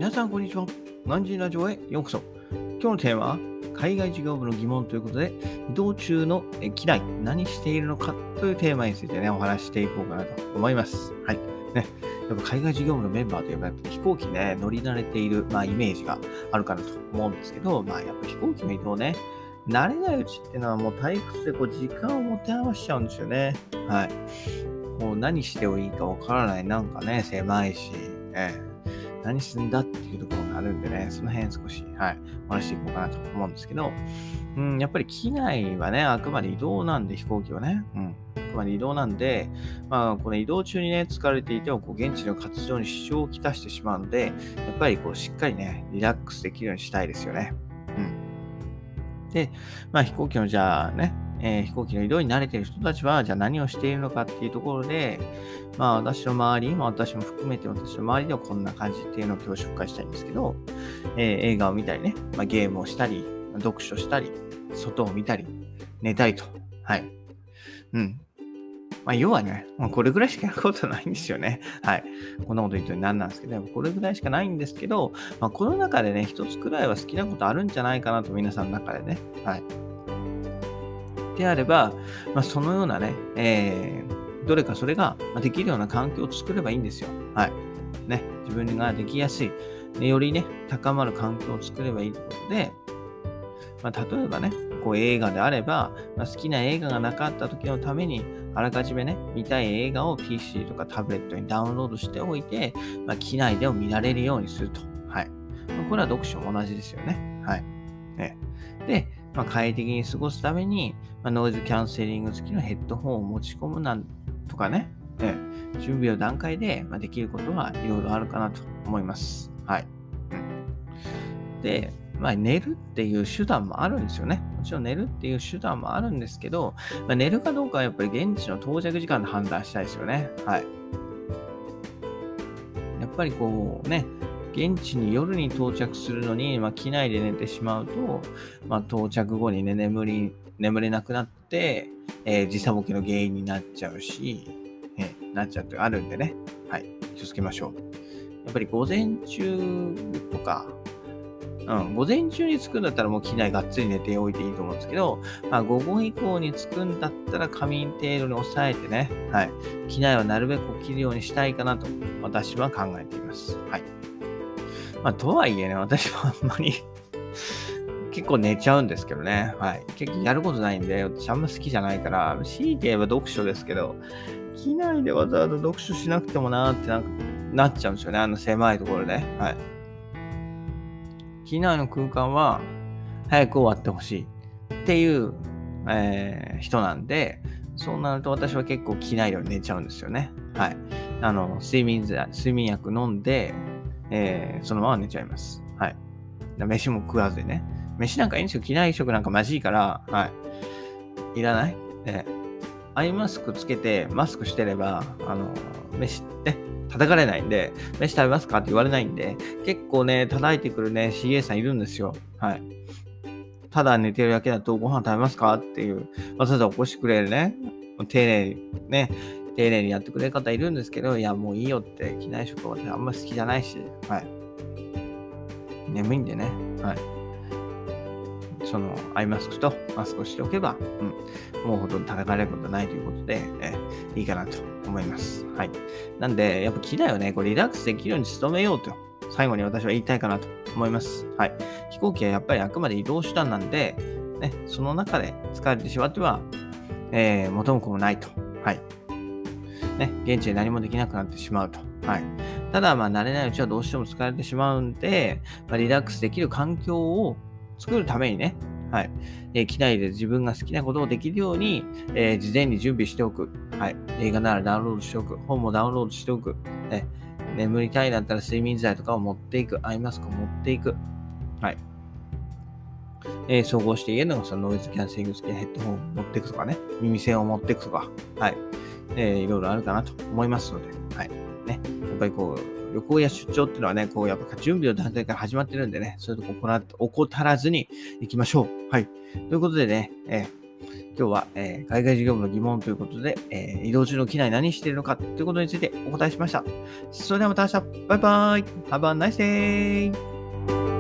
皆さんこんにちは。ガンジーラジオへようこそ。今日のテーマは海外事業部の疑問ということで、移動中の機内何しているのかというテーマについてね、お話ししていこうかなと思います。はい。ね。やっぱ海外事業部のメンバーといえば飛行機ね、乗り慣れている、イメージがあるかなと思うんですけど、やっぱ飛行機の移動ね、慣れないうちっていうのはもう退屈で時間を持て余しちゃうんですよね。はい。もう何していいかわからない、なんかね、狭いし、何すんだっていうところがあるんでね、その辺少し、お話していこうかなと思うんですけど、やっぱり機内はね、あくまで移動なんで、飛行機はね、あくまで移動なんで、この移動中にね、疲れていても、現地の活動に支障をきたしてしまうので、やっぱりしっかりね、リラックスできるようにしたいですよね。で、飛行機のじゃあね、飛行機の移動に慣れている人たちは、じゃあ何をしているのかっていうところで、私の周り、私も含めて私の周りではこんな感じっていうのを今日紹介したいんですけど、映画を見たりね、ゲームをしたり、読書したり、外を見たり、寝たりと。はい。要はね、これぐらいしかやることないんですよね。はい。こんなこと言って何なんですけど、これぐらいしかないんですけど、この中でね、一つくらいは好きなことあるんじゃないかなと、皆さんの中でね。はい。であれば、そのようなね、どれかそれができるような環境を作ればいいんですよ。はい。ね、自分ができやすい、よりね、高まる環境を作ればいいということで、例えばね、映画であれば、好きな映画がなかった時のために、あらかじめね、見たい映画を PC とかタブレットにダウンロードしておいて、機内でも見られるようにすると。はい。これは読書も同じですよね。はい。ね。で、快適に過ごすために、ノイズキャンセリング付きのヘッドホンを持ち込むなんとかね、準備の段階で、できることはいろいろあるかなと思います。はい。で、寝るっていう手段もあるんですよね。もちろん寝るっていう手段もあるんですけど、寝るかどうかはやっぱり現地の到着時間で判断したいですよね。はい。やっぱり現地に夜に到着するのに、機内で寝てしまうと、到着後にね、眠れなくなって、時差ボケの原因になっちゃうし、なっちゃうってあるんでね。はい。気をつけましょう。やっぱり午前中とか、午前中に着くんだったらもう機内がっつり寝ておいていいと思うんですけど、午後以降に着くんだったら仮眠程度に抑えてね、はい。機内はなるべく起きるようにしたいかなと、私は考えています。はい。とはいえね、私はあんまり結構寝ちゃうんですけどね。はい。結構やることないんで、私あんま好きじゃないから、強いて言えば読書ですけど、機内でわざわざ読書しなくてもなーってなっちゃうんですよね。あの狭いところで。はい。機内の空間は早く終わってほしいっていう、人なんで、そうなると私は結構機内では寝ちゃうんですよね。はい。睡眠薬飲んで、そのまま寝ちゃいます。はい。飯も食わずにね。飯なんかいいんですよ。機内食なんかまずいから、はい。いらない。アイマスクつけて、マスクしてれば、飯って叩かれないんで、飯食べますかって言われないんで、結構ね、叩いてくるね、CA さんいるんですよ。はい。ただ寝てるだけだとご飯食べますかっていう、わざわざ起こしてくれるね、丁寧にやってくれる方いるんですけど、いや、もういいよって、機内食はあんま好きじゃないし、はい。眠いんでね、はい。アイマスクとマスクをしておけば、もうほとんど叩かれることないということで、いいかなと思います。はい。なんで、やっぱ機内をね、リラックスできるように努めようと、最後に私は言いたいかなと思います。はい。飛行機はやっぱりあくまで移動手段なんで、ね、その中で疲れてしまっては、元も子もないと。はい。ね、現地で何もできなくなってしまうと。はい。ただ、慣れないうちはどうしても疲れてしまうんで、リラックスできる環境を作るためにね、はい。機内で自分が好きなことをできるように、事前に準備しておく。はい。映画ならダウンロードしておく。本もダウンロードしておく。眠りたいだったら睡眠剤とかを持っていく。アイマスクを持っていく。はい。総合して言えるのがそのノイズキャンセリング付きのヘッドホンを持っていくとかね。耳栓を持っていくとか。はい。いろいろあるかなと思いますので。はい。ね。やっぱり旅行や出張っていうのはね、やっぱ準備の段階から始まってるんでね、そういうとこ怠らずに行きましょう。はい。ということでね、今今日は、海外事業部の疑問ということで、移動中の機内何しているのかということについてお答えしました。それではまた明日。バイバイ。Have a nice day!